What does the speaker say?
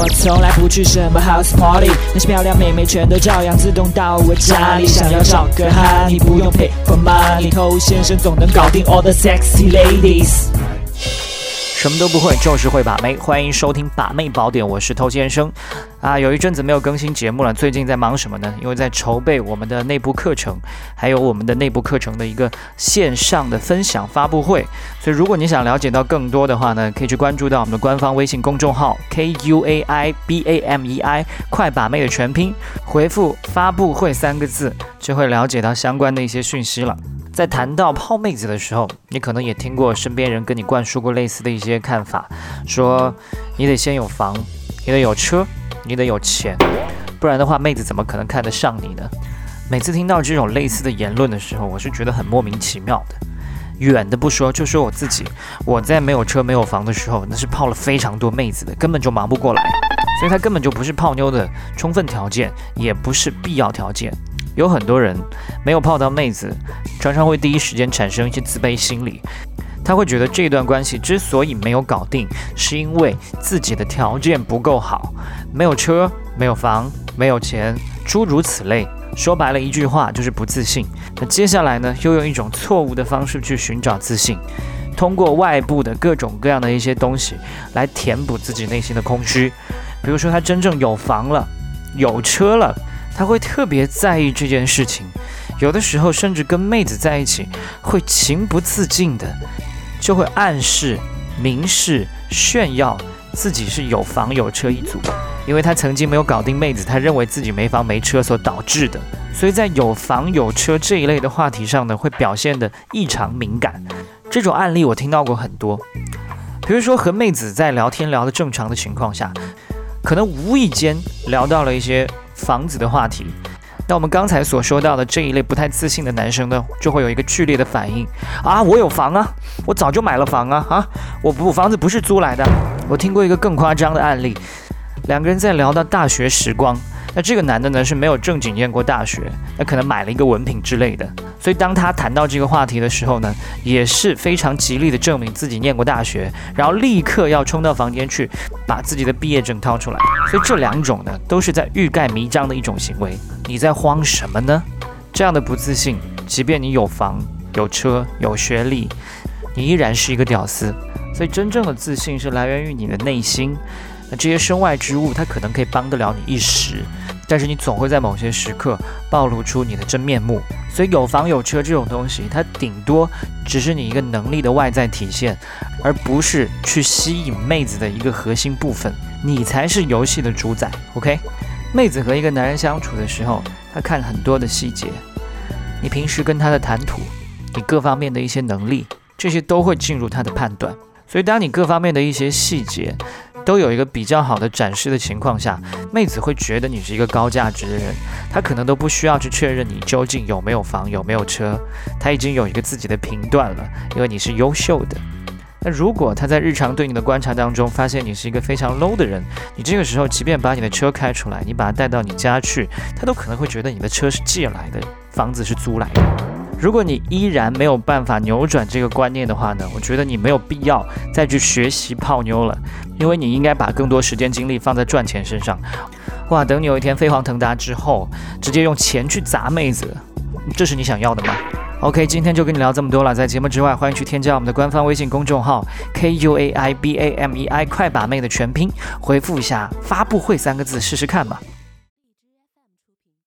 我从来不去什么 house party， 那些漂亮妹妹全都照样自动到我家里。想要找个哈，你不用 pay for money， 偷先生总能搞定 all the sexy ladies。 什么都不会，就是会把妹。欢迎收听把妹宝典，我是偷先生。有一阵子没有更新节目了，最近在忙什么呢？因为在筹备我们的内部课程，还有我们的内部课程的一个线上的分享发布会。所以如果你想了解到更多的话呢，可以去关注到我们的官方微信公众号 KUAIBAMEI 快把妹的全拼，回复发布会3个字，就会了解到相关的一些讯息了。在谈到泡妹子的时候，你可能也听过身边人跟你灌输过类似的一些看法，说你得先有房，你得有车，你得有钱，不然的话妹子怎么可能看得上你呢？每次听到这种类似的言论的时候，我是觉得很莫名其妙的。远的不说，就说我自己，我在没有车没有房的时候，那是泡了非常多妹子的，根本就忙不过来，所以它根本就不是泡妞的充分条件，也不是必要条件。有很多人没有泡到妹子，常常会第一时间产生一些自卑心理，他会觉得这段关系之所以没有搞定，是因为自己的条件不够好，没有车，没有房，没有钱，诸如此类。说白了一句话就是不自信。那接下来呢，又用一种错误的方式去寻找自信，通过外部的各种各样的一些东西来填补自己内心的空虚。比如说他真正有房了，有车了，他会特别在意这件事情，有的时候甚至跟妹子在一起会情不自禁的就会暗示、明示、炫耀自己是有房有车一族，因为他曾经没有搞定妹子，他认为自己没房没车所导致的，所以在有房有车这一类的话题上呢，会表现得异常敏感。这种案例我听到过很多，比如说和妹子在聊天聊得正常的情况下，可能无意间聊到了一些房子的话题，那我们刚才所说到的这一类不太自信的男生呢，就会有一个剧烈的反应啊，我有房啊，我早就买了房啊，我房子不是租来的。我听过一个更夸张的案例，两个人在聊到大学时光，那这个男的呢是没有正经念过大学，那可能买了一个文凭之类的，所以当他谈到这个话题的时候呢，也是非常极力的证明自己念过大学，然后立刻要冲到房间去把自己的毕业证掏出来。所以这两种呢，都是在欲盖弥彰的一种行为。你在慌什么呢？这样的不自信，即便你有房有车有学历，你依然是一个屌丝。所以真正的自信是来源于你的内心，那这些身外之物它可能可以帮得了你一时，但是你总会在某些时刻暴露出你的真面目。所以有房有车这种东西，它顶多只是你一个能力的外在体现，而不是去吸引妹子的一个核心部分，你才是游戏的主宰。 OK， 妹子和一个男人相处的时候，她看很多的细节，你平时跟她的谈吐，你各方面的一些能力，这些都会进入她的判断。所以当你各方面的一些细节都有一个比较好的展示的情况下，妹子会觉得你是一个高价值的人，她可能都不需要去确认你究竟有没有房有没有车，她已经有一个自己的评断了，因为你是优秀的。那如果她在日常对你的观察当中发现你是一个非常 low 的人，你这个时候即便把你的车开出来，你把它带到你家去，她都可能会觉得你的车是借来的，房子是租来的。如果你依然没有办法扭转这个观念的话呢，我觉得你没有必要再去学习泡妞了，因为你应该把更多时间精力放在赚钱身上。哇，等你有一天飞黄腾达之后，直接用钱去砸妹子，这是你想要的吗？ OK， 今天就跟你聊这么多了。在节目之外，欢迎去添加我们的官方微信公众号 KUAIBAMEI 快把妹的全拼，回复一下发布会3个字试试看吧。